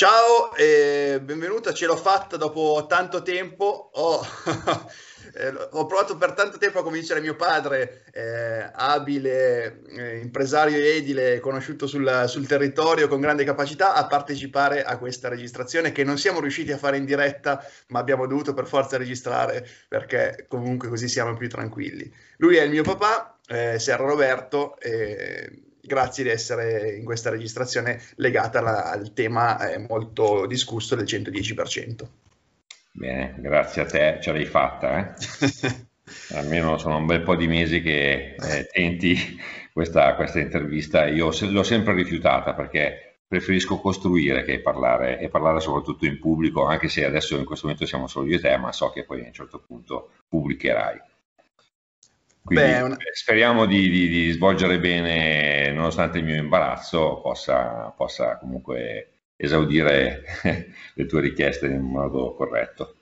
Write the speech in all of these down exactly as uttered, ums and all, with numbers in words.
Ciao e benvenuta, ce l'ho fatta dopo tanto tempo. Ho, eh, ho provato per tanto tempo a convincere mio padre, eh, abile eh, impresario edile, conosciuto sul, sul territorio con grande capacità, a partecipare a questa registrazione che non siamo riusciti a fare in diretta, ma abbiamo dovuto per forza registrare perché comunque così siamo più tranquilli. Lui è il mio papà, eh, Serra Roberto. E grazie di essere in questa registrazione legata alla- al tema eh, molto discusso del centodieci per cento. Bene, grazie a te, ce l'hai fatta, eh? Almeno sono un bel po' di mesi che eh, tenti questa, questa intervista. Io se- l'ho sempre rifiutata perché preferisco costruire che parlare e parlare soprattutto in pubblico, anche se adesso in questo momento siamo solo io e te, ma so che poi a un certo punto pubblicherai. Quindi Beh, eh, una- speriamo di, di- di svolgere bene, nonostante il mio imbarazzo, possa, possa comunque esaudire le tue richieste in modo corretto.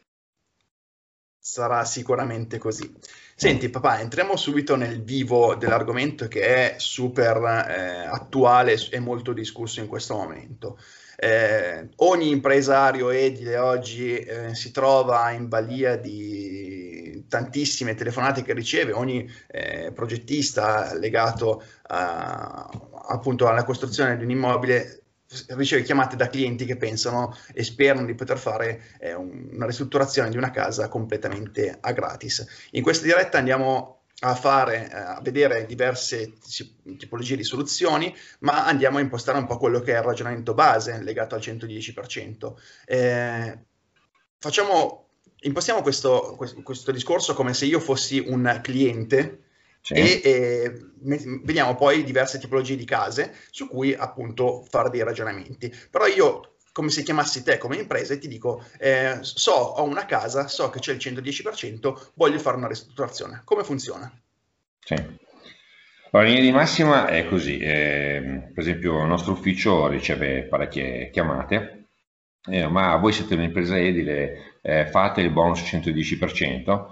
sarà sicuramente così. Mm. Senti, papà, entriamo subito nel vivo dell'argomento che è super eh, attuale e molto discusso in questo momento. Eh, ogni impresario edile oggi eh, si trova in balia di tantissime telefonate che riceve, ogni eh, progettista legato a- appunto alla costruzione di un immobile riceve chiamate da clienti che pensano e sperano di poter fare eh, un- una ristrutturazione di una casa completamente a gratis. In questa diretta andiamo a fare, eh, a vedere diverse si- tipologie di soluzioni, ma andiamo a impostare un po' quello che è il ragionamento base legato al centodieci per cento. Eh, facciamo, impostiamo questo, questo, questo discorso come se io fossi un cliente Sì? e eh, me- vediamo poi diverse tipologie di case su cui appunto fare dei ragionamenti. Però io, come se chiamassi te come impresa e ti dico, eh, so, ho una casa, so che c'è il centodieci per cento, voglio fare una ristrutturazione. Come funziona? Sì. Allora, in linea di massima è così, ehm, per esempio il nostro ufficio riceve parecchie chiamate, eh, ma voi siete un'impresa edile, eh, fate il bonus centodieci per cento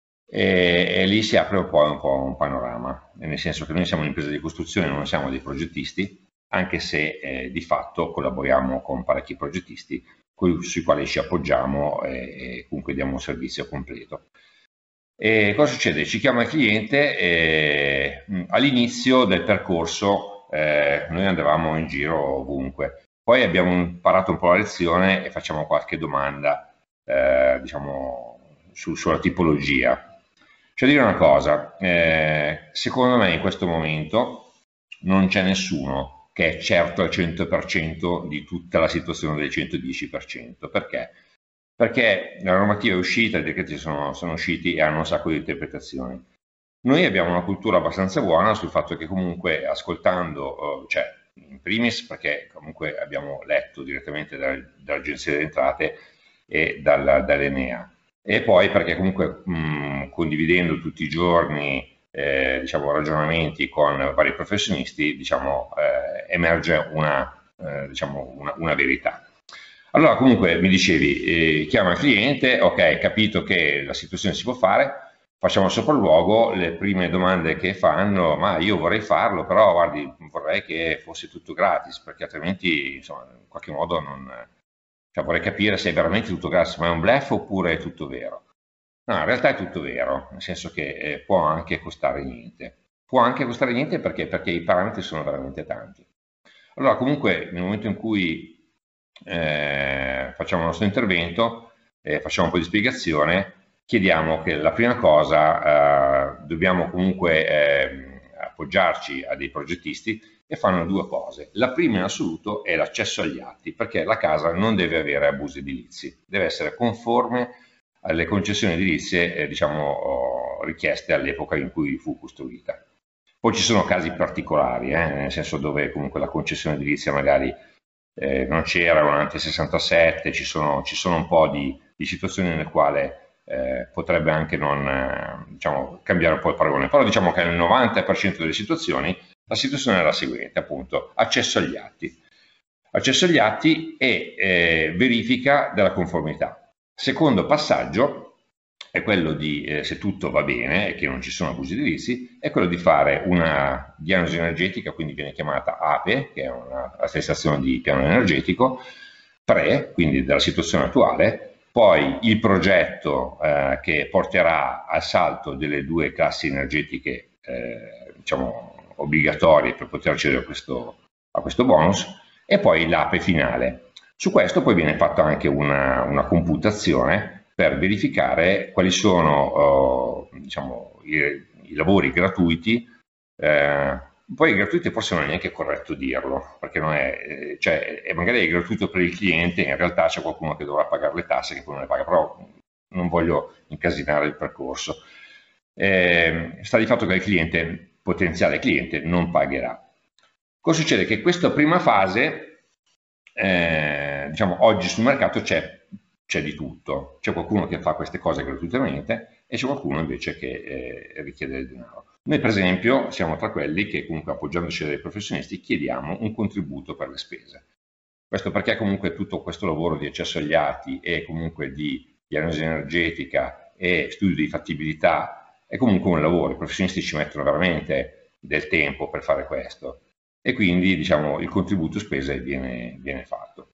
e, e lì si apre un po', un po' un panorama, nel senso che noi siamo un'impresa di costruzione, non siamo dei progettisti, anche se eh, di fatto collaboriamo con parecchi progettisti coi- sui quali ci appoggiamo e, e comunque diamo un servizio completo. E cosa succede? Ci chiama il cliente e mh, all'inizio del percorso eh, noi andavamo in giro ovunque, poi abbiamo imparato un po' la lezione e facciamo qualche domanda, eh, diciamo, su- sulla tipologia. Cioè dire una cosa, eh, secondo me in questo momento non c'è nessuno che è certo al cento per cento di tutta la situazione del centodieci per cento. Perché? Perché la normativa è uscita, i decreti sono, sono usciti e hanno un sacco di interpretazioni. Noi abbiamo una cultura abbastanza buona sul fatto che comunque ascoltando, eh, cioè in primis perché comunque abbiamo letto direttamente dal- dall'Agenzia delle Entrate e dalla- dall'Enea, e poi perché comunque mh, condividendo tutti i giorni eh, diciamo, ragionamenti con vari professionisti, diciamo, eh, emerge una, eh, diciamo, una, una verità. Allora, comunque mi dicevi, eh, chiama il cliente, ok, capito che la situazione si può fare, facciamo il sopralluogo, le prime domande che fanno, ma io vorrei farlo, però guardi, vorrei che fosse tutto gratis, perché altrimenti, insomma, in qualche modo non... Cioè, vorrei capire se è veramente tutto gratis, ma è un bluff oppure è tutto vero. No, in realtà è tutto vero, nel senso che eh, può anche costare niente. Può anche costare niente perché, perché i parametri sono veramente tanti. Allora, comunque, nel momento in cui eh, facciamo il nostro intervento, eh, facciamo un po' di spiegazione, chiediamo che la prima cosa, eh, dobbiamo comunque eh, appoggiarci a dei progettisti e fanno due cose. La prima in assoluto è l'accesso agli atti, perché la casa non deve avere abusi edilizi, deve essere conforme alle concessioni edilizie eh, diciamo, richieste all'epoca in cui fu costruita. Poi ci sono casi particolari, eh, nel senso dove comunque la concessione edilizia magari eh, non c'era un ante sessantasette, ci sono, ci sono un po' di, di situazioni nelle quali eh, potrebbe anche non eh, diciamo, cambiare un po' il paragone, però diciamo che nel novanta per cento delle situazioni la situazione è la seguente, appunto, accesso agli atti. Accesso agli atti e eh, verifica della conformità. Secondo passaggio è quello di, eh, se tutto va bene e che non ci sono abusi edilizi, è quello di fare una diagnosi energetica, quindi viene chiamata A P E, che è una attestazione di piano energetico, pre, quindi della situazione attuale, poi il progetto eh, che porterà al salto delle due classi energetiche eh, diciamo obbligatorie per poter accedere a questo, a questo bonus, e poi l'A P E finale. Su questo poi viene fatta anche una, una computazione per verificare quali sono uh, diciamo, i, i lavori gratuiti. Eh, poi gratuiti forse non è neanche corretto dirlo, perché non è, cioè, è magari è gratuito per il cliente, in realtà c'è qualcuno che dovrà pagare le tasse che poi non le paga, però non voglio incasinare il percorso. Eh, sta di fatto che il cliente, potenziale cliente, non pagherà. Cosa succede? Che questa prima fase, eh, diciamo, oggi sul mercato c'è c'è di tutto, c'è qualcuno che fa queste cose gratuitamente e c'è qualcuno invece che eh, richiede il denaro. Noi per esempio siamo tra quelli che comunque appoggiandoci dai professionisti chiediamo un contributo per le spese. Questo perché comunque tutto questo lavoro di accesso agli atti e comunque di diagnosi energetica e studio di fattibilità è comunque un lavoro, i professionisti ci mettono veramente del tempo per fare questo e quindi diciamo il contributo spese viene, viene fatto.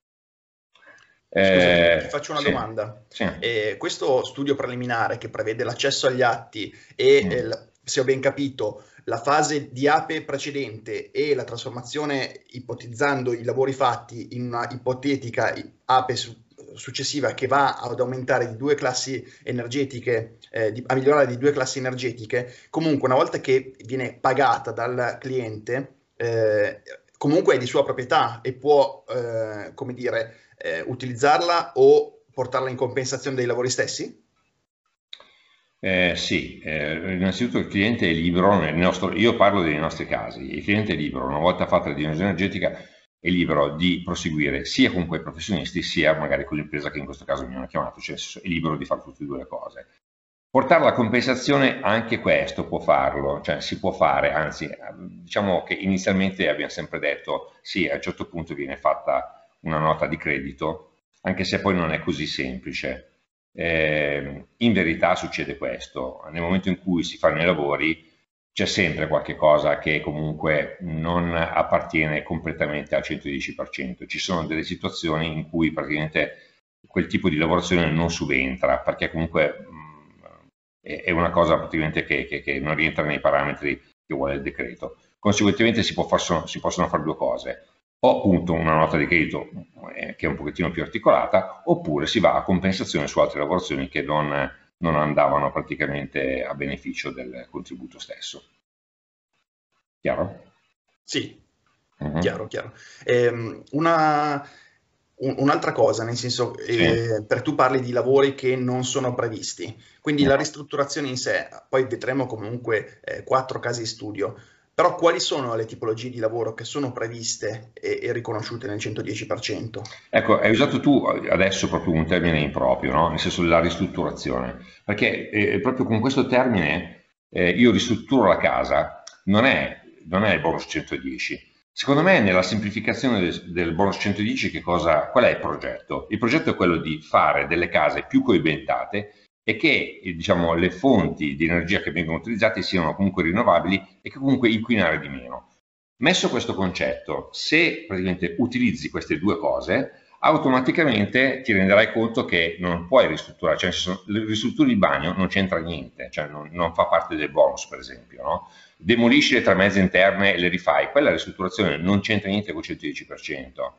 Scusami, ti faccio una sì, domanda. Sì. Eh, questo studio preliminare che prevede l'accesso agli atti e, Mm. eh, la- se ho ben capito, la fase di A P E precedente e la trasformazione, ipotizzando i lavori fatti, in una ipotetica A P E su- successiva che va ad aumentare di due classi energetiche, eh, di- a migliorare di due classi energetiche, comunque una volta che viene pagata dal cliente, eh, comunque è di sua proprietà e può, eh, come dire, eh, utilizzarla o portarla in compensazione dei lavori stessi? Eh, sì, eh, innanzitutto il cliente è libero, nel nostro, io parlo dei nostri casi, il cliente è libero, una volta fatta la diagnosi energetica, è libero di proseguire sia con quei professionisti sia magari con l'impresa che in questo caso mi hanno chiamato, cioè è libero di fare tutte e due le cose. Portare la compensazione, anche questo può farlo, cioè si può fare, anzi diciamo che inizialmente abbiamo sempre detto sì, a un certo punto viene fatta una nota di credito, anche se poi non è così semplice. Eh, in verità succede questo, nel momento in cui si fanno i lavori c'è sempre qualche cosa che comunque non appartiene completamente al centodieci per cento, ci sono delle situazioni in cui praticamente quel tipo di lavorazione non subentra perché comunque è una cosa praticamente che, che, che non rientra nei parametri che vuole il decreto. Conseguentemente si, può far, si possono fare due cose, o appunto una nota di credito eh, che è un pochettino più articolata, oppure si va a compensazione su altre lavorazioni che non, non andavano praticamente a beneficio del contributo stesso. Chiaro? Sì, uh-huh. chiaro, chiaro. Ehm, una... Un'altra cosa, nel senso, eh, Sì. per tu parli di lavori che non sono previsti, quindi la ristrutturazione in sé, poi vedremo comunque eh, quattro casi di studio, però quali sono le tipologie di lavoro che sono previste e, e riconosciute nel centodieci per cento? Ecco, hai usato tu adesso proprio un termine improprio, no? Nel senso della ristrutturazione, perché eh, proprio con questo termine eh, io ristrutturo la casa, non è, non è il bonus centodieci. Secondo me nella semplificazione del, del bonus centodieci che cosa, qual è il progetto? Il progetto è quello di fare delle case più coibentate e che eh, diciamo, le fonti di energia che vengono utilizzate siano comunque rinnovabili e che comunque inquinare di meno. Messo questo concetto, se praticamente utilizzi queste due cose, automaticamente ti renderai conto che non puoi ristrutturare, cioè ristrutturi il bagno non c'entra niente, cioè non, non fa parte del bonus per esempio, no? Demolisci le tramezze interne e le rifai, quella ristrutturazione non c'entra niente con il centodieci per cento.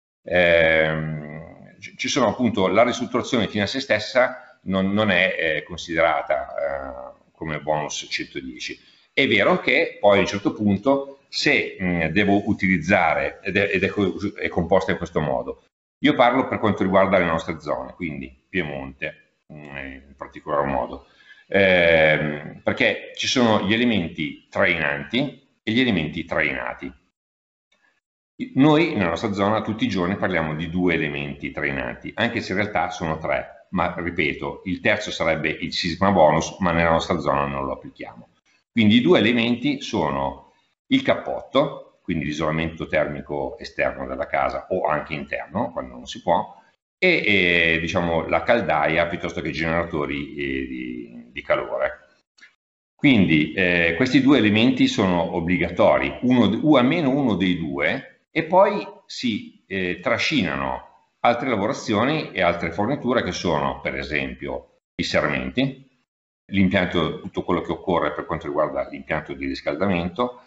Eh, ci sono appunto, la ristrutturazione fino a se stessa non, non è eh, considerata eh, come bonus centodieci. È vero che poi a un certo punto se mh, devo utilizzare, ed, è, ed è, è composta in questo modo, io parlo per quanto riguarda le nostre zone, quindi Piemonte mh, in particolar modo, eh, perché ci sono gli elementi trainanti e gli elementi trainati. Noi nella nostra zona tutti i giorni parliamo di due elementi trainanti, anche se in realtà sono tre, ma ripeto, il terzo sarebbe il sisma bonus, ma nella nostra zona non lo applichiamo. Quindi i due elementi sono il cappotto, quindi l'isolamento termico esterno della casa o anche interno, quando non si può, e, e diciamo, la caldaia piuttosto che generatori eh, di, di calore. Quindi eh, questi due elementi sono obbligatori, uno, almeno uno dei due, e poi si eh, trascinano altre lavorazioni e altre forniture che sono, per esempio, i serramenti, l'impianto, tutto quello che occorre per quanto riguarda l'impianto di riscaldamento,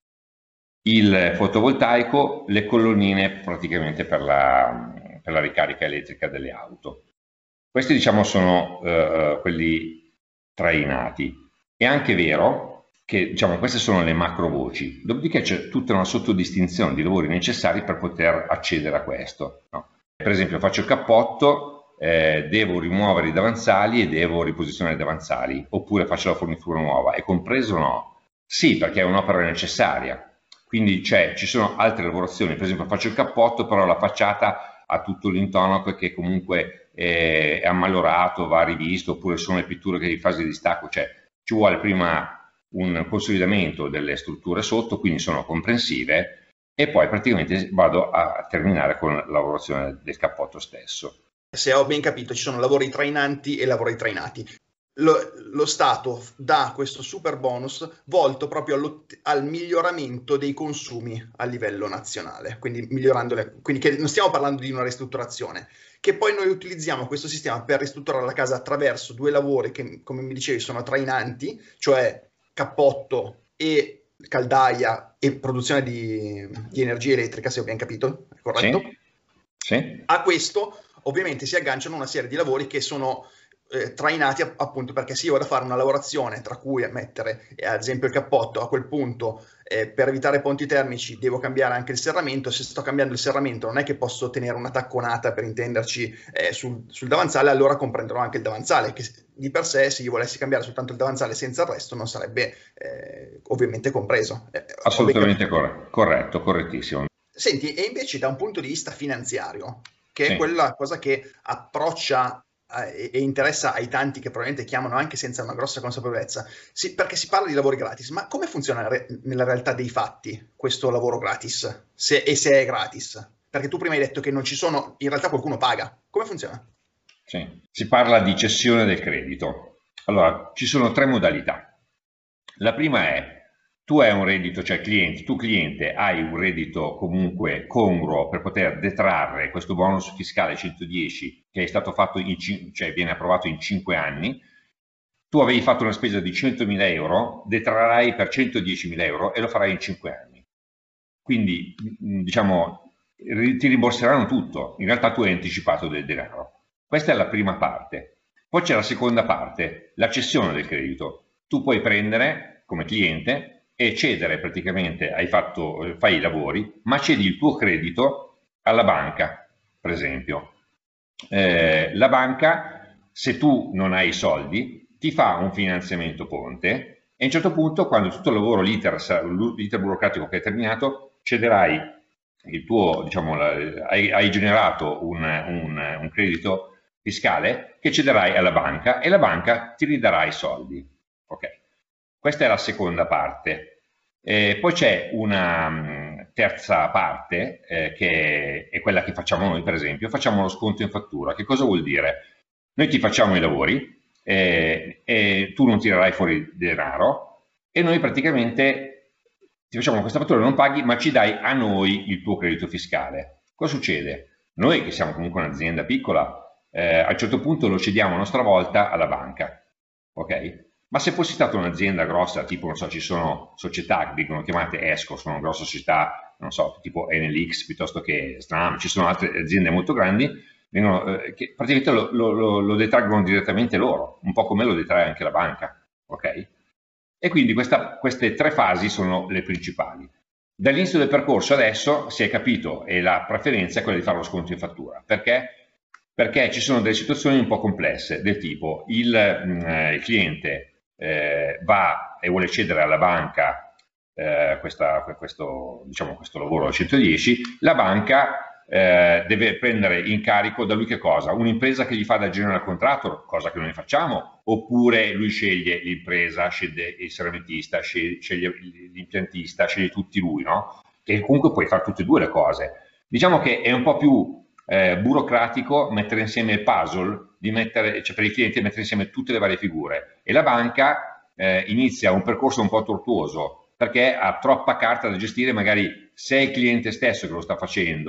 il fotovoltaico, le colonnine praticamente per la, per la ricarica elettrica delle auto. Questi, diciamo, sono eh, quelli trainati. È anche vero che, diciamo, queste sono le macro voci, dopodiché c'è tutta una sottodistinzione di lavori necessari per poter accedere a questo, no? Per esempio, faccio il cappotto, eh, devo rimuovere i davanzali e devo riposizionare i davanzali, oppure faccio la fornitura nuova. È compreso o no? Sì, perché è un'opera necessaria. Quindi ci sono altre lavorazioni, per esempio faccio il cappotto, però la facciata ha tutto l'intonaco che comunque è, è ammalorato, va rivisto, oppure sono le pitture che in fase di stacco, cioè ci vuole prima un consolidamento delle strutture sotto, quindi sono comprensive, e poi praticamente vado a terminare con la lavorazione del cappotto stesso. Se ho ben capito, ci sono lavori trainanti e lavori trainati. Lo, lo Stato dà questo super bonus volto proprio al miglioramento dei consumi a livello nazionale, quindi migliorandole, quindi che non stiamo parlando di una ristrutturazione, che poi noi utilizziamo questo sistema per ristrutturare la casa attraverso due lavori che, come mi dicevi, sono trainanti, cioè cappotto e caldaia e produzione di, di energia elettrica, se ho ben capito, è corretto? Sì, sì. A questo ovviamente si agganciano una serie di lavori che sono eh, trainati appunto perché se io vado a fare una lavorazione tra cui mettere eh, ad esempio il cappotto, a quel punto eh, per evitare ponti termici devo cambiare anche il serramento. Se sto cambiando il serramento non è che posso tenere una tacconata, per intenderci, eh, sul, sul davanzale, allora comprenderò anche il davanzale, che di per sé, se io volessi cambiare soltanto il davanzale senza il resto, non sarebbe eh, ovviamente compreso. Eh, Assolutamente corretto, corretto, correttissimo. Senti, e invece da un punto di vista finanziario, che sì. è quella cosa che approccia eh, e interessa ai tanti che probabilmente chiamano anche senza una grossa consapevolezza, si, perché si parla di lavori gratis, ma come funziona re nella realtà dei fatti questo lavoro gratis? Se, e se è gratis? Perché tu prima hai detto che non ci sono, in realtà qualcuno paga. Come funziona? Sì. Si parla di cessione del credito. Allora, ci sono tre modalità. La prima è: tu hai un reddito, cioè cliente, tu cliente hai un reddito comunque congruo per poter detrarre questo bonus fiscale centodieci che è stato fatto, in, cioè viene approvato in cinque anni. Tu avevi fatto una spesa di centomila euro, detrarrai per centodiecimila euro e lo farai in cinque anni. Quindi, diciamo, ti rimborseranno tutto. In realtà tu hai anticipato del denaro. Questa è la prima parte. Poi c'è la seconda parte, la cessione del credito. Tu puoi prendere come cliente e cedere, praticamente hai fatto, fai i lavori, ma cedi il tuo credito alla banca, per esempio. Eh, la banca, se tu non hai i soldi, ti fa un finanziamento ponte e a un certo punto, quando tutto il lavoro, l'iter burocratico che è terminato, cederai il tuo, diciamo, hai, hai generato un, un, un credito fiscale che cederai alla banca e la banca ti ridarà i soldi. Ok. Questa è la seconda parte. Eh, poi c'è una mh, terza parte eh, che è quella che facciamo noi, per esempio, facciamo lo sconto in fattura. Che cosa vuol dire? Noi ti facciamo i lavori eh, e tu non tirerai fuori denaro e noi praticamente ti facciamo questa fattura, non paghi, ma ci dai a noi il tuo credito fiscale. Cosa succede? Noi, che siamo comunque un'azienda piccola, eh, a un certo punto lo cediamo a nostra volta alla banca. Ok? Ma se fossi stata un'azienda grossa, tipo, non so, ci sono società che vengono chiamate ESCO, sono grosse società, non so, tipo Enelix piuttosto che Snam, ci sono altre aziende molto grandi, vengono, eh, che praticamente lo, lo, lo detraggono direttamente loro, un po' come lo detrae anche la banca, ok? E quindi questa, queste tre fasi sono le principali. Dall'inizio del percorso adesso si è capito e la preferenza è quella di fare lo sconto in fattura. Perché? Perché ci sono delle situazioni un po' complesse, del tipo il, mh, il cliente eh, va e vuole cedere alla banca eh, questa, questo, diciamo, questo lavoro al centodieci, la banca eh, deve prendere in carico da lui che cosa? Un'impresa che gli fa da general contractor, cosa che noi facciamo, oppure lui sceglie l'impresa, sceglie il serramentista, sceglie, sceglie l'impiantista, sceglie tutti lui, no? Che comunque puoi fare tutte e due le cose. Diciamo che è un po' più Eh, burocratico mettere insieme il puzzle, di mettere, cioè per i clienti mettere insieme tutte le varie figure, e la banca eh, inizia un percorso un po' tortuoso perché ha troppa carta da gestire, magari se è il cliente stesso che lo sta facendo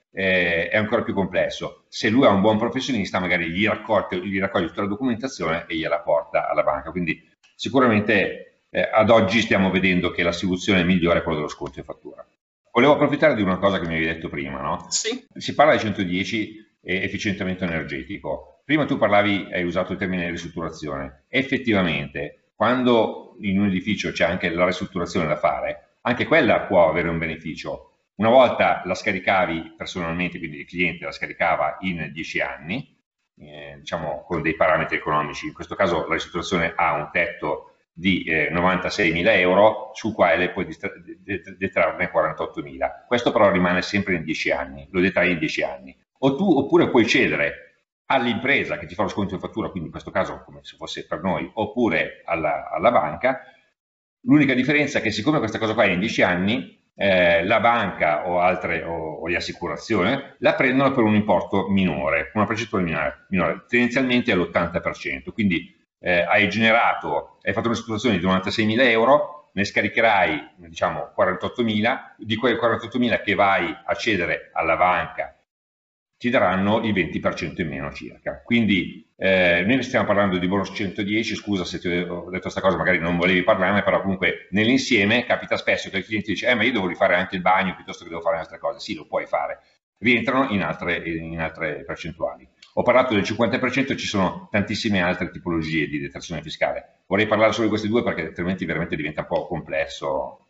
eh, è ancora più complesso. Se lui è un buon professionista, magari gli raccoglie, gli raccoglie tutta la documentazione e gliela porta alla banca. Quindi sicuramente eh, ad oggi stiamo vedendo che la soluzione migliore è quella dello sconto in fattura. Volevo approfittare di una cosa che mi avevi detto prima, no? Sì. Si parla di centodieci e efficientamento energetico. Prima tu parlavi, hai usato il termine ristrutturazione. Effettivamente, quando in un edificio c'è anche la ristrutturazione da fare, anche quella può avere un beneficio. Una volta la scaricavi personalmente, quindi il cliente la scaricava in dieci anni, eh, diciamo con dei parametri economici. In questo caso la ristrutturazione ha un tetto di eh, novantaseimila euro, sul quale puoi detrarne quarantottomila. Questo però rimane sempre in dieci anni, lo detrai in dieci anni. O tu, oppure puoi cedere all'impresa che ti fa lo sconto in fattura, quindi in questo caso come se fosse per noi, oppure alla, alla banca. L'unica differenza è che siccome questa cosa qua è in dieci anni, eh, la banca o altre o, o le assicurazioni la prendono per un importo minore, una percentuale minore, minore tendenzialmente all'ottanta per cento. Quindi eh, hai generato, hai fatto una situazione di novantaseimila euro, ne scaricherai diciamo quarantottomila, di quei quarantottomila che vai a cedere alla banca ti daranno il venti per cento in meno circa. Quindi eh, noi stiamo parlando di bonus centodieci, scusa se ti ho detto questa cosa, magari non volevi parlarne, però comunque nell'insieme capita spesso che il cliente dice eh ma io devo rifare anche il bagno piuttosto che devo fare altre cose. Sì, lo puoi fare, rientrano in altre, in altre percentuali. Ho parlato del cinquanta per cento, ci sono tantissime altre tipologie di detrazione fiscale. Vorrei parlare solo di queste due perché altrimenti veramente diventa un po' complesso.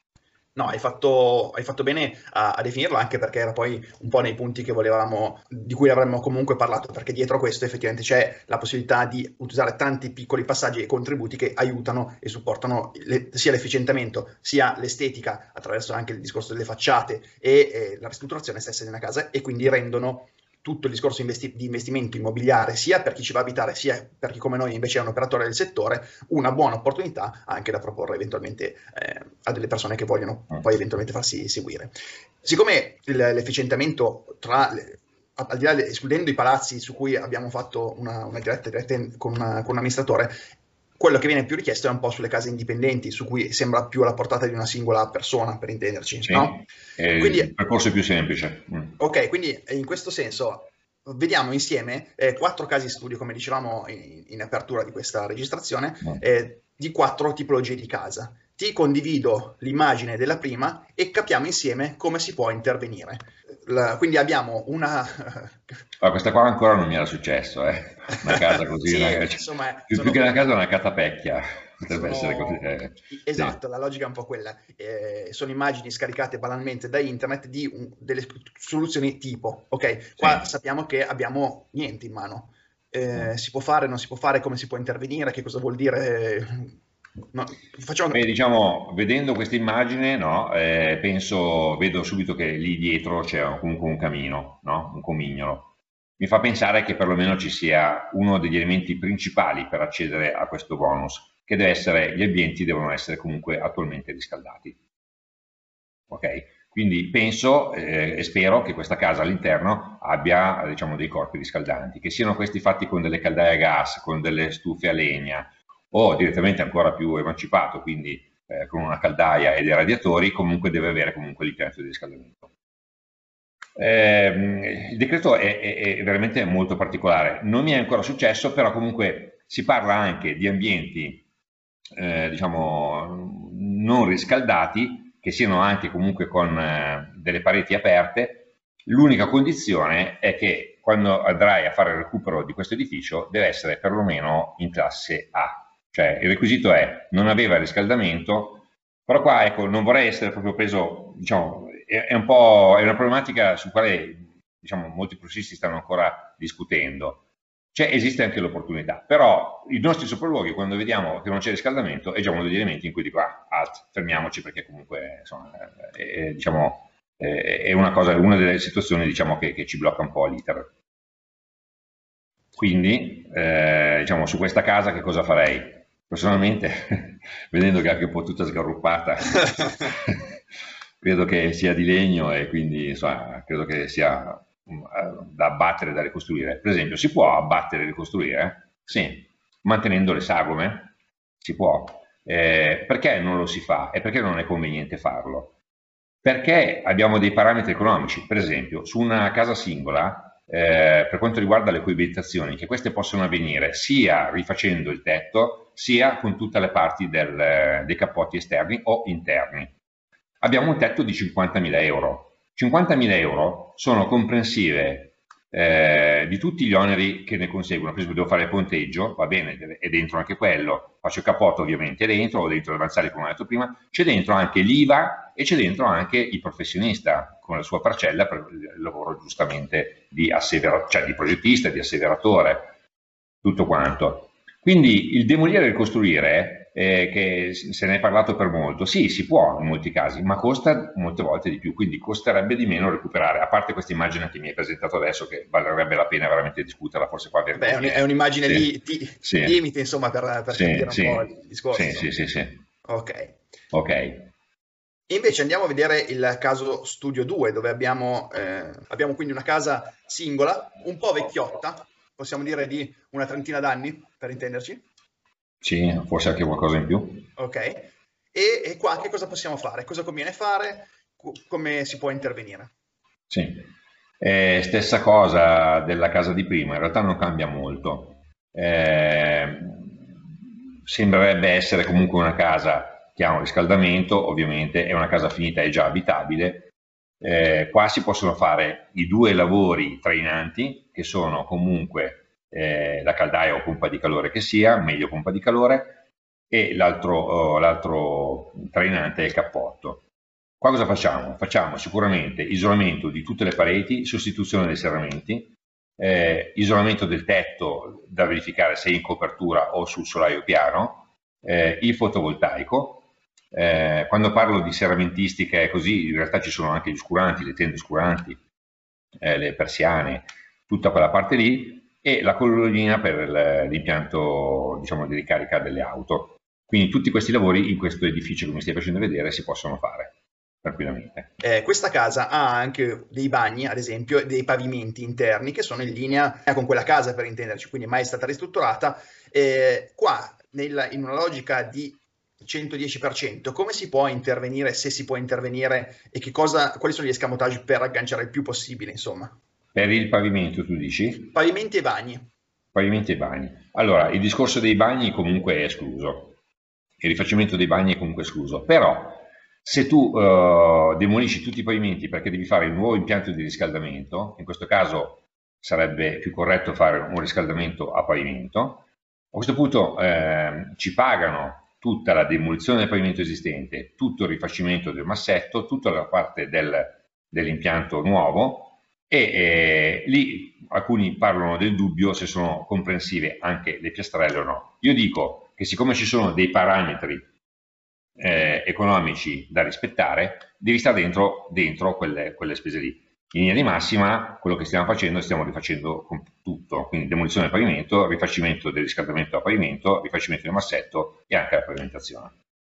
No, hai fatto, hai fatto bene a, a definirlo, anche perché era poi un po' nei punti che volevamo, di cui avremmo comunque parlato, perché dietro a questo effettivamente c'è la possibilità di utilizzare tanti piccoli passaggi e contributi che aiutano e supportano le, sia l'efficientamento sia l'estetica attraverso anche il discorso delle facciate e, e la ristrutturazione stessa di una casa, e quindi rendono tutto il discorso investi di investimento immobiliare, sia per chi ci va a abitare, sia per chi come noi invece è un operatore del settore, una buona opportunità anche da proporre eventualmente eh, a delle persone che vogliono poi eventualmente farsi seguire. Siccome l'efficientamento tra le, al di là, escludendo i palazzi su cui abbiamo fatto una, una diretta, diretta con, una, con un amministratore, quello che viene più richiesto è un po' sulle case indipendenti, su cui sembra più alla portata di una singola persona, per intenderci, sì, no? eh, quindi, il percorso è più semplice. Mm. Ok, quindi in questo senso vediamo insieme eh, quattro casi studio, come dicevamo in, in apertura di questa registrazione, Mm. eh, di quattro tipologie di casa. Ti condivido l'immagine della prima e capiamo insieme come si può intervenire. La, quindi abbiamo una... Ah, questa qua ancora non mi era successo, eh. Una casa così, sì, una... insomma, più, sono... più che una casa è una catapecchia, potrebbe Sono... essere così. Eh. Esatto, Sì. la logica è un po' quella. Eh, sono immagini scaricate banalmente da internet di un, delle soluzioni tipo, ok? Qua Sì. sappiamo che abbiamo niente in mano. Eh, Mm. si può fare, non si può fare, come si può intervenire, che cosa vuol dire? No, facciamo... Beh, diciamo, vedendo questa immagine, no, eh, penso, vedo subito che lì dietro c'è comunque un camino, no? Un comignolo. Mi fa pensare che perlomeno ci sia uno degli elementi principali per accedere a questo bonus, che deve essere, gli ambienti devono essere comunque attualmente riscaldati. Ok? Quindi penso eh, e spero che questa casa all'interno abbia, diciamo, dei corpi riscaldanti, che siano questi fatti con delle caldaie a gas, con delle stufe a legna, o direttamente ancora più emancipato, quindi eh, con una caldaia e dei radiatori, comunque deve avere comunque l'impianto di riscaldamento. Eh, il decreto è, è, è veramente molto particolare, non mi è ancora successo, però comunque si parla anche di ambienti eh, diciamo non riscaldati, che siano anche comunque con eh, delle pareti aperte. L'unica condizione è che quando andrai a fare il recupero di questo edificio deve essere perlomeno in classe A. Cioè il requisito è non aveva riscaldamento, però qua ecco, non vorrei essere proprio preso, diciamo, è, è un po' è una problematica su quale diciamo, molti professionisti stanno ancora discutendo. Cioè, esiste anche l'opportunità, però i nostri sopralluoghi, quando vediamo che non c'è riscaldamento, è già uno degli elementi in cui dico, ah, alt, fermiamoci, perché comunque insomma, è, è, diciamo, è una, cosa, una delle situazioni diciamo, che, che ci blocca un po' l'iter. Quindi, eh, diciamo, su questa casa che cosa farei? Personalmente, vedendo che è anche un po' tutta sgarruppata, credo che sia di legno e quindi insomma, credo che sia da abbattere e da ricostruire. Per esempio, si può abbattere e ricostruire? Sì, mantenendo le sagome? Si può. Eh, perché non lo si fa? E perché non è conveniente farlo? Perché abbiamo dei parametri economici, per esempio su una casa singola, eh, per quanto riguarda le coibentazioni, che queste possono avvenire sia rifacendo il tetto, sia con tutte le parti del, dei cappotti esterni o interni. Abbiamo un tetto di cinquantamila euro. cinquantamila euro sono comprensive eh, di tutti gli oneri che ne conseguono. Per esempio devo fare il ponteggio, va bene, è dentro anche quello, faccio il cappotto ovviamente dentro, o dentro le avanzali come ho detto prima, c'è dentro anche l'I V A e c'è dentro anche il professionista con la sua parcella per il lavoro giustamente di, assevera, cioè di progettista, di asseveratore, tutto quanto. Quindi il demolire e ricostruire, eh, che se ne è parlato per molto, sì, si può in molti casi, ma costa molte volte di più, quindi costerebbe di meno recuperare, a parte questa immagine che mi hai presentato adesso, che valerebbe la pena veramente discuterla, forse qua Beh, è un'immagine sì, lì, ti, sì, limite, insomma, per, per sì, capire un sì, po' il discorso. sì, sì, sì, sì. Ok. Ok. Invece andiamo a vedere il caso Studio due, dove abbiamo, eh, abbiamo quindi una casa singola, un po' vecchiotta, possiamo dire di una trentina d'anni, per intenderci. Sì, forse anche qualcosa in più. Ok. E, e qua che cosa possiamo fare? Cosa conviene fare? Co- Come si può intervenire? Sì. Eh, stessa cosa della casa di prima, in realtà non cambia molto. Eh, sembrerebbe essere comunque una casa che ha un riscaldamento, ovviamente è una casa finita e già abitabile. Eh, qua si possono fare i due lavori trainanti, che sono comunque eh, la caldaia o pompa di calore che sia, meglio pompa di calore, e l'altro oh, l'altro trainante è il cappotto. Qua cosa facciamo? Facciamo sicuramente isolamento di tutte le pareti, sostituzione dei serramenti, eh, isolamento del tetto da verificare se è in copertura o sul solaio piano, eh, il fotovoltaico. Eh, quando parlo di serramentistica e così, in realtà ci sono anche gli oscuranti, le tende oscuranti, eh, le persiane, tutta quella parte lì, e la collina per l'impianto, diciamo, di ricarica delle auto. Quindi tutti questi lavori in questo edificio che mi stai facendo vedere si possono fare tranquillamente. Eh, questa casa ha anche dei bagni, ad esempio, e dei pavimenti interni che sono in linea con quella casa, per intenderci, quindi mai è stata ristrutturata. Eh, qua, nella- in una logica di centodieci per cento, come si può intervenire, se si può intervenire, e che cosa, quali sono gli escamotage per agganciare il più possibile, insomma? Per il pavimento tu dici? Pavimenti e bagni. Pavimenti e bagni. Allora, il discorso dei bagni comunque è escluso, il rifacimento dei bagni è comunque escluso, però se tu eh, demolisci tutti i pavimenti perché devi fare il nuovo impianto di riscaldamento, in questo caso sarebbe più corretto fare un riscaldamento a pavimento, a questo punto eh, ci pagano tutta la demolizione del pavimento esistente, tutto il rifacimento del massetto, tutta la parte del, dell'impianto nuovo, e eh, lì alcuni parlano del dubbio se sono comprensive anche le piastrelle o no. Io dico che siccome ci sono dei parametri eh, economici da rispettare, devi stare dentro, dentro quelle, quelle spese lì. In linea di massima, quello che stiamo facendo, stiamo rifacendo con tutto, quindi demolizione del pavimento, rifacimento del riscaldamento a pavimento, rifacimento del massetto e anche la pavimentazione.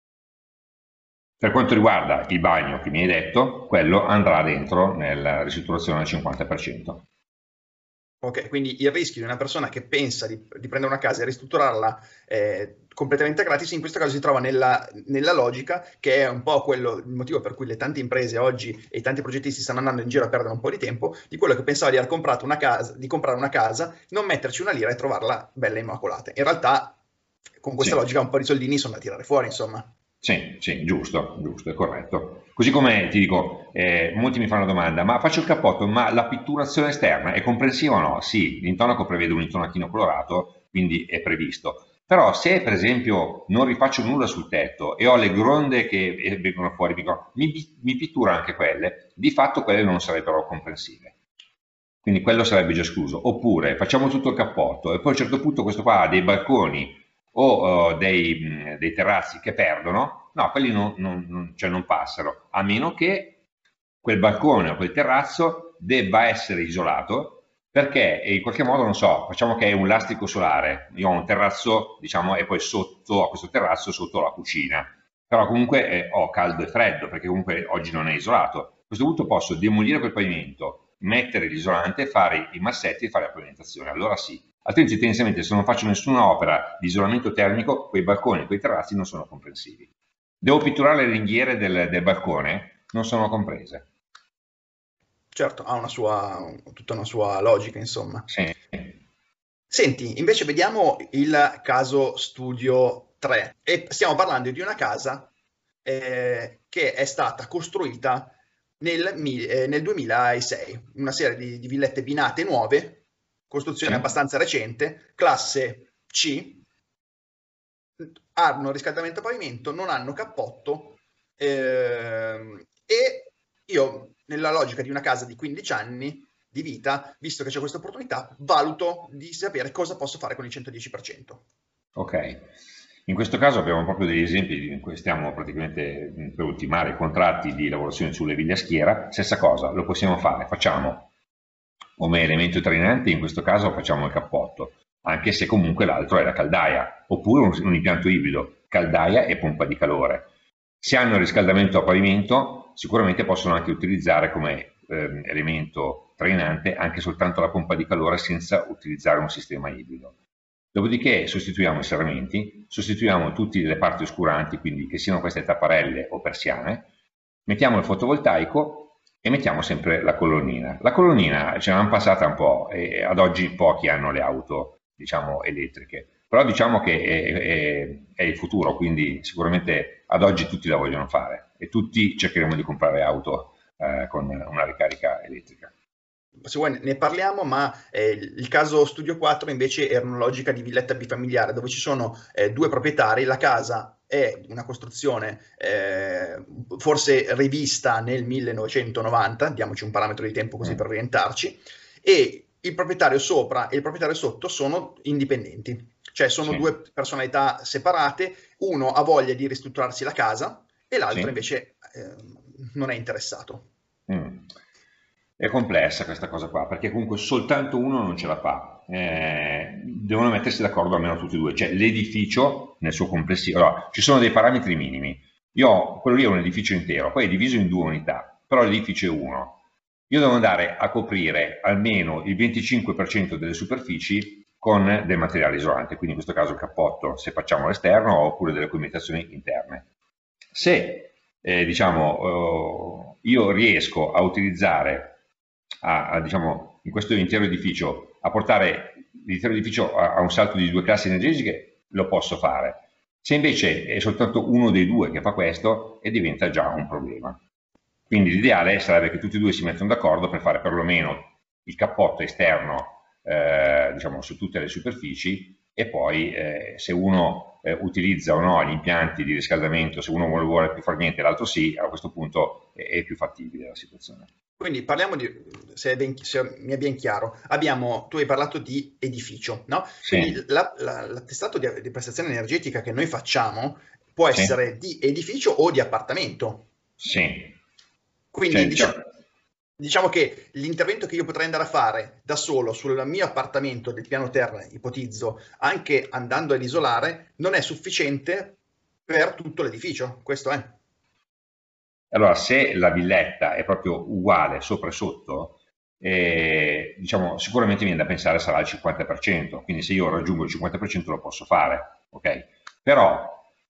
Per quanto riguarda il bagno che mi hai detto, quello andrà dentro nella ristrutturazione al cinquanta per cento. Ok, quindi il rischio di una persona che pensa di, di prendere una casa e ristrutturarla eh, completamente gratis, in questo caso si trova nella, nella logica che è un po' quello, il motivo per cui le tante imprese oggi e i tanti progettisti stanno andando in giro a perdere un po' di tempo, di quello che pensava di aver comprato una casa, di comprare una casa, non metterci una lira e trovarla bella immacolata. In realtà, con questa Sì. logica, un po' di soldini sono da tirare fuori, insomma. Sì, sì, giusto, giusto, è corretto. Così come ti dico, eh, molti mi fanno la domanda, ma faccio il cappotto, ma la pitturazione esterna è comprensiva o no? Sì, l'intonaco prevede un intonachino colorato, quindi è previsto. Però se per esempio non rifaccio nulla sul tetto e ho le gronde che eh, vengono fuori, dico, mi, mi pittura anche quelle, di fatto quelle non sarebbero comprensive. Quindi quello sarebbe già escluso. Oppure facciamo tutto il cappotto e poi a un certo punto questo qua ha dei balconi o uh, dei, mh, dei terrazzi che perdono, no, quelli non, non, non, cioè non passano, a meno che quel balcone o quel terrazzo debba essere isolato, perché in qualche modo, non so, facciamo che è un lastrico solare, io ho un terrazzo, diciamo, e poi sotto a questo terrazzo sotto la cucina, però comunque eh, ho caldo e freddo, perché comunque oggi non è isolato. A questo punto posso demolire quel pavimento, mettere l'isolante, fare i massetti e fare la pavimentazione, allora sì. Altrimenti tendenzialmente se non faccio nessuna opera di isolamento termico, quei balconi, quei terrazzi non sono comprensivi. Devo pitturare le ringhiere del, del balcone? non sono comprese. Certo, ha una sua, tutta una sua logica, insomma. Sì. Senti, invece vediamo il caso studio tre e stiamo parlando di una casa eh, che è stata costruita nel, mi- eh, nel duemilasei, una serie di, di villette binate nuove, costruzione Sì. abbastanza recente, classe C, hanno riscaldamento a pavimento, non hanno cappotto ehm, e io, nella logica di una casa di quindici anni di vita, visto che c'è questa opportunità, valuto di sapere cosa posso fare con il centodieci per cento. Ok, in questo caso abbiamo proprio degli esempi in cui stiamo praticamente mh, per ultimare i contratti di lavorazione sulle ville a schiera. Stessa cosa, lo possiamo fare, facciamo come elemento trainante, in questo caso facciamo il cappotto, anche se comunque l'altro è la caldaia, oppure un, un impianto ibrido, caldaia e pompa di calore. Se hanno il riscaldamento a pavimento, sicuramente possono anche utilizzare come ehm, elemento trainante anche soltanto la pompa di calore senza utilizzare un sistema ibrido. Dopodiché sostituiamo i serramenti, sostituiamo tutte le parti oscuranti, quindi che siano queste tapparelle o persiane, mettiamo il fotovoltaico e mettiamo sempre la colonnina. La colonnina ce l'hanno passata un po' e ad oggi pochi hanno le auto, diciamo, elettriche, però diciamo che è, è, è il futuro, quindi sicuramente ad oggi tutti la vogliono fare e tutti cercheremo di comprare auto eh, con una ricarica elettrica. Se vuoi ne parliamo, ma eh, il caso Studio quattro invece era una logica di villetta bifamiliare dove ci sono eh, due proprietari, la casa è una costruzione eh, forse rivista nel millenovecentonovanta, diamoci un parametro di tempo così Mm. per orientarci, e il proprietario sopra e il proprietario sotto sono indipendenti, cioè sono Sì, due personalità separate, uno ha voglia di ristrutturarsi la casa e l'altro sì. invece eh, non è interessato. Mm. È complessa questa cosa qua, perché comunque soltanto uno non ce la fa. Eh, devono mettersi d'accordo almeno tutti e due, cioè l'edificio nel suo complessivo. Allora, ci sono dei parametri minimi. Io ho, quello lì è un edificio intero, poi è diviso in due unità, però l'edificio è uno. Io devo andare a coprire almeno il venticinque per cento delle superfici con del materiale isolante, quindi in questo caso il cappotto se facciamo all'esterno oppure delle coibentazioni interne. Se eh, diciamo, eh, io riesco a utilizzare a, a, diciamo, in questo intero edificio, a portare l'intero edificio a, a un salto di due classi energetiche, lo posso fare. Se invece è soltanto uno dei due che fa questo, e diventa già un problema. Quindi l'ideale sarebbe che tutti e due si mettano d'accordo per fare perlomeno il cappotto esterno eh, diciamo, su tutte le superfici e poi eh, se uno eh, utilizza o no gli impianti di riscaldamento, se uno vuole, vuole più far niente e l'altro sì, a questo punto è, è più fattibile la situazione. Quindi parliamo di, se, è ben- se mi è ben chiaro, abbiamo, tu hai parlato di edificio, no? Quindi Sì, la- la- l'attestato di, di prestazione energetica che noi facciamo può sì, essere di edificio o di appartamento. sì. Quindi Cioè, dicia- diciamo, diciamo che l'intervento che io potrei andare a fare da solo sul mio appartamento del piano terra, ipotizzo, anche andando ad isolare, non è sufficiente per tutto l'edificio. Questo è. allora, se la villetta è proprio uguale sopra e sotto, eh, diciamo, sicuramente viene da pensare sarà al cinquanta per cento, quindi se io raggiungo il cinquanta per cento lo posso fare, ok? Però,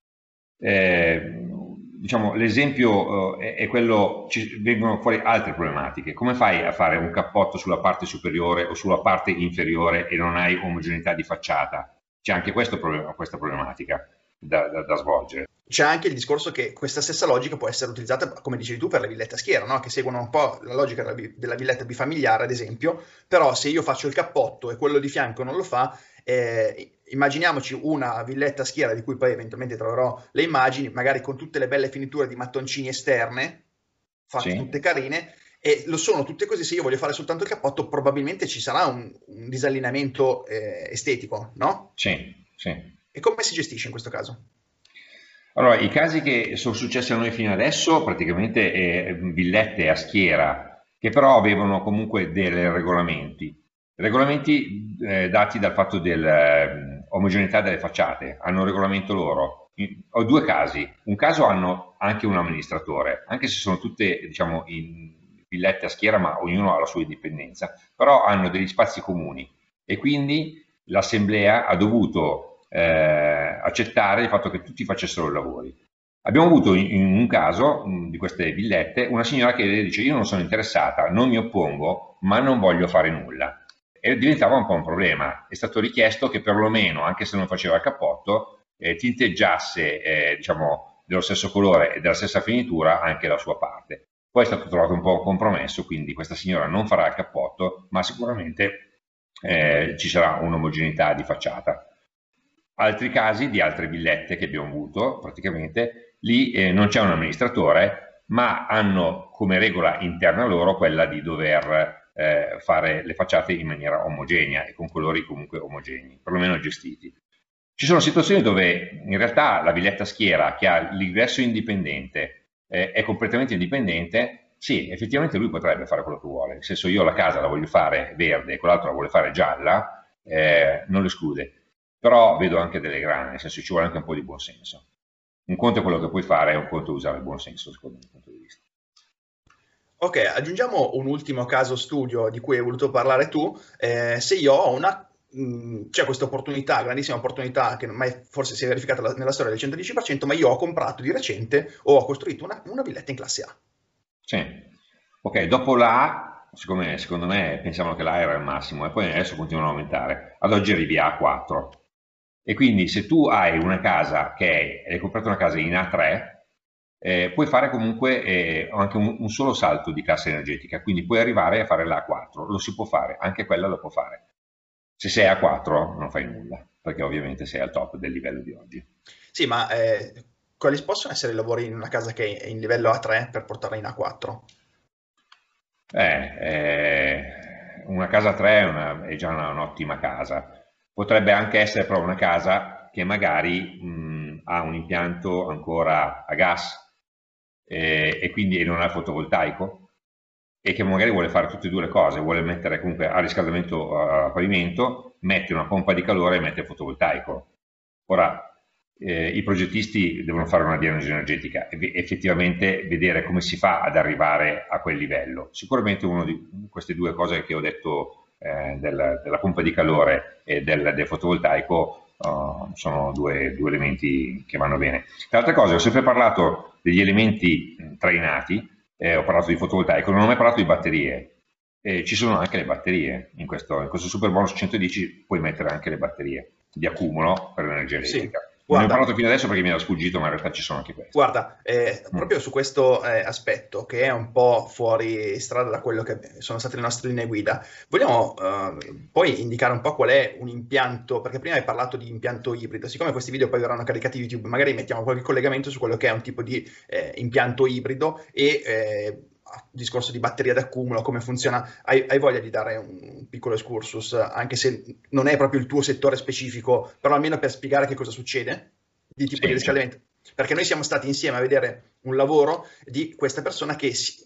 eh, diciamo, l'esempio eh, è, è quello, ci vengono fuori altre problematiche. Come fai a fare un cappotto sulla parte superiore o sulla parte inferiore e non hai omogeneità di facciata? C'è anche questo problema, questa problematica da, da, da svolgere. C'è anche il discorso che questa stessa logica può essere utilizzata, come dicevi tu, per le villette a schiera, no? Che seguono un po' la logica della, vi- della villetta bifamiliare, ad esempio, però se io faccio il cappotto e quello di fianco non lo fa, eh, immaginiamoci una villetta a schiera di cui poi eventualmente troverò le immagini, magari con tutte le belle finiture di mattoncini esterne, fatte tutte Sì? carine, e lo sono tutte così, se io voglio fare soltanto il cappotto, probabilmente ci sarà un, un disallineamento eh, estetico, no? Sì, sì. E come si gestisce in questo caso? Allora, i casi che sono successi a noi fino adesso, praticamente eh, villette a schiera, che però avevano comunque dei regolamenti. Regolamenti eh, dati dal fatto dell'omogeneità delle facciate, hanno un regolamento loro. In- ho due casi, un caso hanno anche un amministratore, anche se sono tutte diciamo, in villette a schiera, ma ognuno ha la sua indipendenza, però hanno degli spazi comuni e quindi l'assemblea ha dovuto eh, accettare il fatto che tutti facessero i lavori. Abbiamo avuto in, in un caso mh, di queste villette una signora che dice io non sono interessata, non mi oppongo, ma non voglio fare nulla. E diventava un po' un problema. È stato richiesto che perlomeno, anche se non faceva il cappotto, eh, tinteggiasse eh, diciamo, dello stesso colore e della stessa finitura anche la sua parte. Poi è stato trovato un po' un compromesso, quindi questa signora non farà il cappotto, ma sicuramente eh, ci sarà un'omogeneità di facciata. Altri casi di altre villette che abbiamo avuto, praticamente, lì eh, non c'è un amministratore, ma hanno come regola interna loro quella di dover eh, fare le facciate in maniera omogenea e con colori comunque omogenei, perlomeno gestiti. Ci sono situazioni dove in realtà la villetta schiera che ha l'ingresso indipendente eh, è completamente indipendente, sì, effettivamente lui potrebbe fare quello che vuole, nel senso io la casa la voglio fare verde e quell'altro la vuole fare gialla, eh, non lo esclude, però vedo anche delle grane, nel senso ci vuole anche un po' di buonsenso. Un conto è quello che puoi fare e un conto è usare il buonsenso, secondo il mio punto di vista. Ok, aggiungiamo un ultimo caso studio di cui hai voluto parlare tu. Eh, se io ho una, mh, c'è questa opportunità, grandissima opportunità, che mai forse si è verificata la- nella storia del centodieci per cento, ma io ho comprato di recente o ho costruito una, una villetta in classe A. Sì. Ok, dopo la A, siccome secondo me pensavano che la A era il massimo e poi adesso continuano a aumentare, ad oggi arrivi a A quattro. E quindi se tu hai una casa che è, hai comprato una casa in A tre, eh, puoi fare comunque eh, anche un, un solo salto di classe energetica, quindi puoi arrivare a fare la A quattro, lo si può fare, anche quella lo può fare. Se sei A quattro non fai nulla, perché ovviamente sei al top del livello di oggi. Sì, ma eh, quali possono essere i lavori in una casa che è in livello A tre per portarla in A quattro? Eh, eh, una casa tre è, una- è già una- un'ottima casa. Potrebbe anche essere però una casa che magari mh, ha un impianto ancora a gas eh, e quindi non ha fotovoltaico e che magari vuole fare tutte e due le cose, vuole mettere comunque a riscaldamento a pavimento, mette una pompa di calore e mette il fotovoltaico. Ora, eh, i progettisti devono fare una diagnosi energetica e effettivamente vedere come si fa ad arrivare a quel livello. Sicuramente una di queste due cose che ho detto eh, del, della pompa di calore e del, del fotovoltaico uh, sono due, due elementi che vanno bene. Tra altre cose ho sempre parlato degli elementi trainati, eh, ho parlato di fotovoltaico, non ho mai parlato di batterie. E ci sono anche le batterie, in questo, in questo super bonus centodieci puoi mettere anche le batterie di accumulo per l'energia Sì, elettrica. Non ne ho guarda, parlato fino adesso perché mi era sfuggito, ma in realtà ci sono anche queste. Guarda, eh, Mm. proprio su questo eh, aspetto, che è un po' fuori strada da quello che sono state le nostre linee guida, vogliamo eh, poi indicare un po' qual è un impianto, perché prima hai parlato di impianto ibrido, siccome questi video poi verranno caricati YouTube, magari mettiamo qualche collegamento su quello che è un tipo di eh, impianto ibrido e eh, discorso di batteria d'accumulo, come funziona. Hai, hai voglia di dare un piccolo excursus, anche se non è proprio il tuo settore specifico, però almeno per spiegare che cosa succede di tipo di Sì, sì. riscaldamento? Perché noi siamo stati insieme a vedere un lavoro di questa persona che si,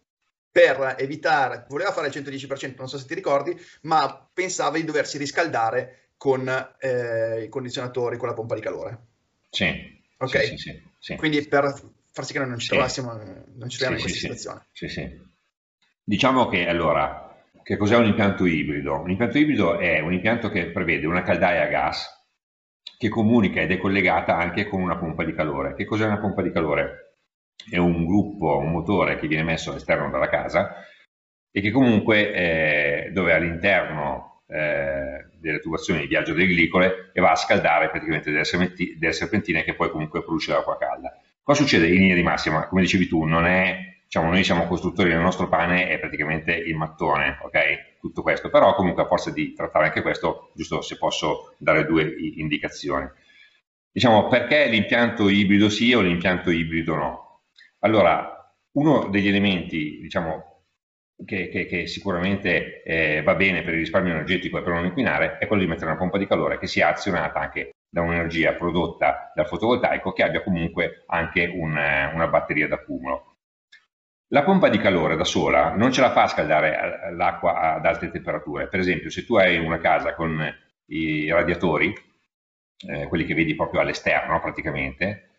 per evitare, voleva fare il centodieci per cento, non so se ti ricordi, ma pensava di doversi riscaldare con eh, i condizionatori, con la pompa di calore. Sì, sì, sì, Ok? sì, sì, Quindi per far sì che noi non ci sì, trovassimo, non ci troviamo sì, in sì, questa sì, situazione. sì, sì. Diciamo che allora, che cos'è un impianto ibrido? Un impianto ibrido è un impianto che prevede una caldaia a gas che comunica ed è collegata anche con una pompa di calore. Che cos'è una pompa di calore? È un gruppo, un motore che viene messo all'esterno della casa e che comunque eh, dove all'interno eh, delle tubazioni di viaggio delle glicole e va a scaldare praticamente delle, delle serpentine che poi comunque produce l'acqua calda. Cosa succede in linea di massima? Come dicevi tu, non è, diciamo, noi siamo costruttori del nostro pane, è praticamente il mattone, ok? Tutto questo, però comunque a forza di trattare anche questo, giusto se posso dare due indicazioni. Diciamo, perché l'impianto ibrido sì o l'impianto ibrido no? Allora, uno degli elementi, diciamo, che, che, che sicuramente eh, va bene per il risparmio energetico e per non inquinare, è quello di mettere una pompa di calore che sia azionata anche da un'energia prodotta dal fotovoltaico che abbia comunque anche un, una batteria d'accumulo. La pompa di calore da sola non ce la fa a scaldare l'acqua ad alte temperature. Per esempio, se tu hai una casa con i radiatori, eh, quelli che vedi proprio all'esterno praticamente,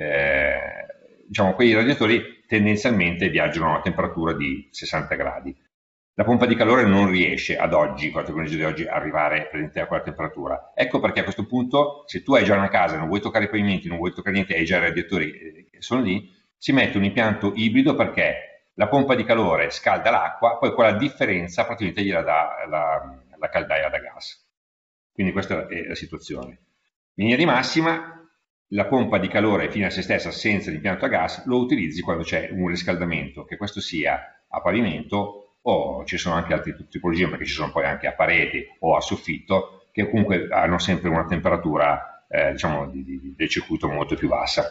eh, diciamo quei radiatori tendenzialmente viaggiano a temperatura di sessanta gradi. La pompa di calore non riesce ad oggi, con la tecnologia di oggi, a arrivare a quella temperatura. Ecco perché a questo punto, se tu hai già una casa, non vuoi toccare i pavimenti, non vuoi toccare niente, hai già i radiatori sono lì, si mette un impianto ibrido perché la pompa di calore scalda l'acqua, poi quella differenza praticamente gliela dà la, la caldaia da gas. Quindi questa è la situazione. In linea di massima, la pompa di calore fine a se stessa senza l'impianto a gas lo utilizzi quando c'è un riscaldamento, che questo sia a pavimento o ci sono anche altre tipologie, perché ci sono poi anche a pareti o a soffitto, che comunque hanno sempre una temperatura eh, diciamo di, di, del circuito molto più bassa.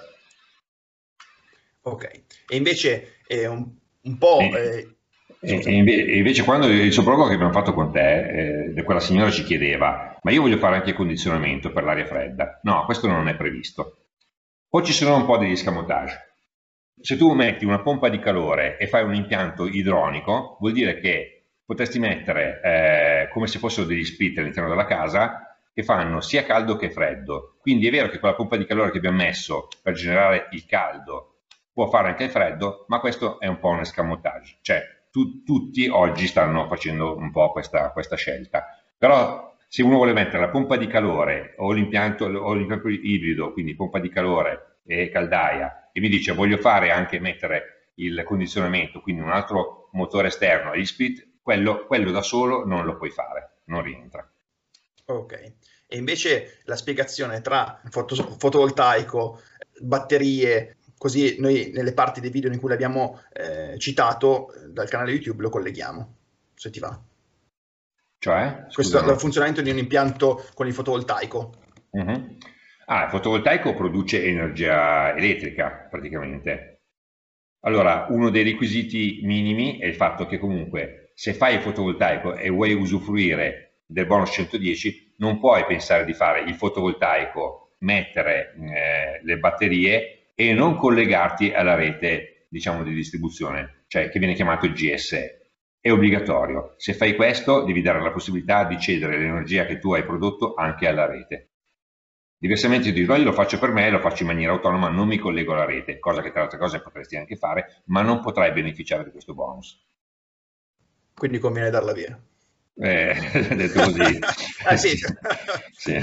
Ok, e invece eh, un, un po'... Eh, E, e invece quando il sopralluogo che abbiamo fatto con te, eh, quella signora ci chiedeva, ma io voglio fare anche il condizionamento per l'aria fredda. No, questo non è previsto. Poi ci sono un po' degli escamotage. Se tu metti una pompa di calore e fai un impianto idronico, vuol dire che potresti mettere eh, come se fossero degli split all'interno della casa che fanno sia caldo che freddo. Quindi è vero che quella pompa di calore che abbiamo messo per generare il caldo può fare anche il freddo, ma questo è un po' un escamotage. Cioè, tu, tutti oggi stanno facendo un po' questa, questa scelta. Però se uno vuole mettere la pompa di calore o l'impianto ibrido, quindi pompa di calore e caldaia, e mi dice voglio fare anche mettere il condizionamento, quindi un altro motore esterno agli split, quello, quello da solo non lo puoi fare, non rientra. Ok, e invece la spiegazione tra foto, fotovoltaico, batterie, così noi nelle parti dei video in cui l'abbiamo eh, citato dal canale YouTube lo colleghiamo, se ti va. Cioè? Questo è il funzionamento di un impianto con il fotovoltaico. Uh-huh. Ah, il fotovoltaico produce energia elettrica praticamente. Allora, uno dei requisiti minimi è il fatto che comunque se fai il fotovoltaico e vuoi usufruire del bonus centodieci, non puoi pensare di fare il fotovoltaico, mettere eh, le batterie e non collegarti alla rete, diciamo, di distribuzione, cioè che viene chiamato G S E. È obbligatorio. Se fai questo, devi dare la possibilità di cedere l'energia che tu hai prodotto anche alla rete. Diversamente ti dico, io lo faccio per me, lo faccio in maniera autonoma, non mi collego alla rete, cosa che tra le altre cose potresti anche fare, ma non potrai beneficiare di questo bonus. Quindi conviene darla via. Eh, detto così. Ah, sì. Sì.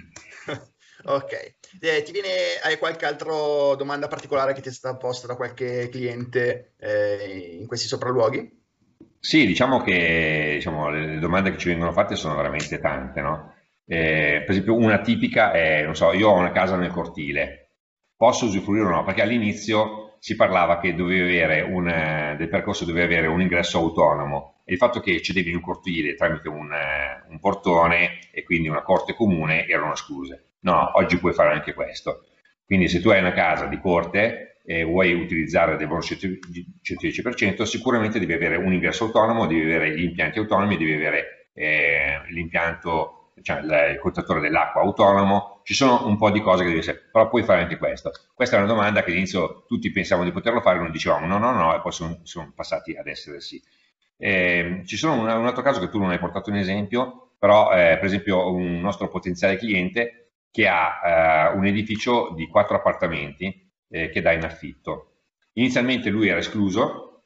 Ok, eh, ti viene, hai qualche altra domanda particolare che ti è stata posta da qualche cliente eh, in questi sopralluoghi? Sì, diciamo che diciamo, le domande che ci vengono fatte sono veramente tante, no? Eh, per esempio una tipica è, non so, io ho una casa nel cortile, posso usufruire o no? Perché all'inizio si parlava che dovevi avere un, eh, del percorso dovevi avere un ingresso autonomo e il fatto che cedevi in un cortile tramite un, eh, un portone e quindi una corte comune erano escluse. No, oggi puoi fare anche questo. Quindi se tu hai una casa di corte e vuoi utilizzare del bonus centodieci per cento, sicuramente devi avere un ingresso autonomo, devi avere gli impianti autonomi, devi avere eh, l'impianto, cioè il, il contatore dell'acqua autonomo, ci sono un po' di cose che devi sapere, però puoi fare anche questo. Questa è una domanda che all'inizio tutti pensavano di poterlo fare, noi dicevamo no, no, no, e poi sono, sono passati ad essere sì. Eh, ci sono un, un altro caso che tu non hai portato in esempio, però eh, per esempio un nostro potenziale cliente che ha eh, un edificio di quattro appartamenti eh, che dà in affitto. Inizialmente lui era escluso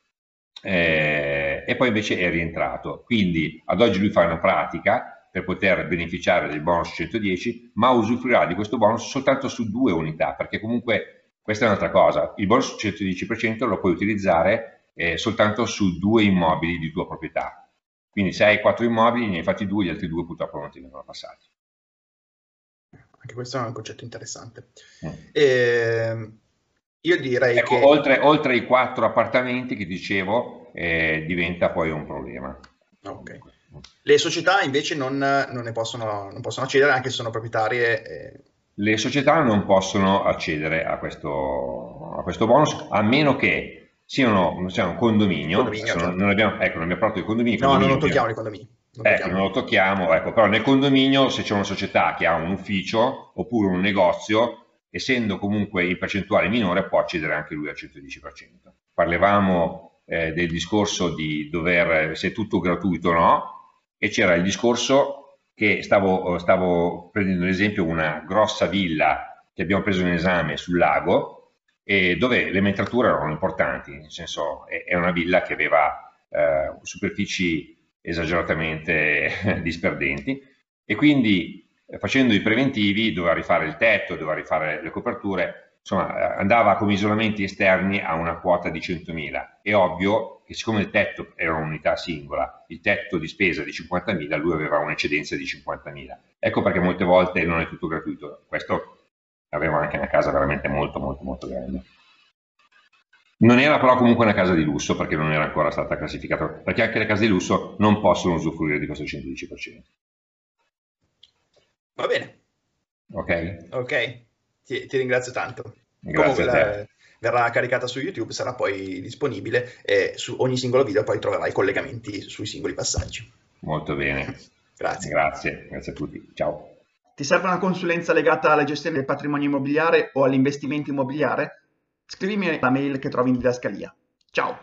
eh, e poi invece è rientrato. Quindi ad oggi lui fa una pratica per poter beneficiare del bonus centodieci, ma usufruirà di questo bonus soltanto su due unità, perché comunque questa è un'altra cosa. Il bonus centodieci per cento lo puoi utilizzare eh, soltanto su due immobili di tua proprietà. Quindi se hai quattro immobili, ne hai fatti due, gli altri due purtroppo non ti vengono passati. Anche questo è un concetto interessante. Mm. E io direi ecco, che... Oltre, oltre i quattro appartamenti che dicevo, eh, diventa poi un problema. Okay. Le società invece non, non ne possono, non possono accedere anche se sono proprietarie. Eh... Le società non possono accedere a questo, a questo bonus, a meno che siano, siano un condominio. Condominio, certo. non, non abbiamo, ecco, non abbiamo parlato di condominio. No, non lo tocchiamo i condomini. Non ecco, non lo tocchiamo, ecco, però nel condominio se c'è una società che ha un ufficio oppure un negozio, essendo comunque in percentuale minore, può accedere anche lui al centodieci per cento. Parlavamo eh, del discorso di dover, se è tutto gratuito o no, e c'era il discorso che stavo, stavo prendendo l'esempio una grossa villa che abbiamo preso in esame sul lago, e dove le metrature erano importanti, nel senso è, è una villa che aveva eh, superfici esageratamente disperdenti e quindi facendo i preventivi doveva rifare il tetto, doveva rifare le coperture insomma, andava come isolamenti esterni a una quota di centomila. È ovvio che siccome il tetto era un'unità singola, il tetto di spesa di cinquantamila, lui aveva un'eccedenza di cinquantamila. Ecco perché molte volte non è tutto gratuito. Questo aveva anche una casa veramente molto molto molto grande. Non era però comunque una casa di lusso, perché non era ancora stata classificata, perché anche le case di lusso non possono usufruire di questo centodieci per cento. Va bene. Ok? Ok, ti, ti ringrazio tanto. Grazie Comunque a te. la- verrà caricata su YouTube, sarà poi disponibile e su ogni singolo video poi troverai i collegamenti sui singoli passaggi. Molto bene. Grazie. Grazie, grazie a tutti. Ciao. Ti serve una consulenza legata alla gestione del patrimonio immobiliare o all'investimento immobiliare? Scrivimi la mail che trovi in didascalia. Ciao!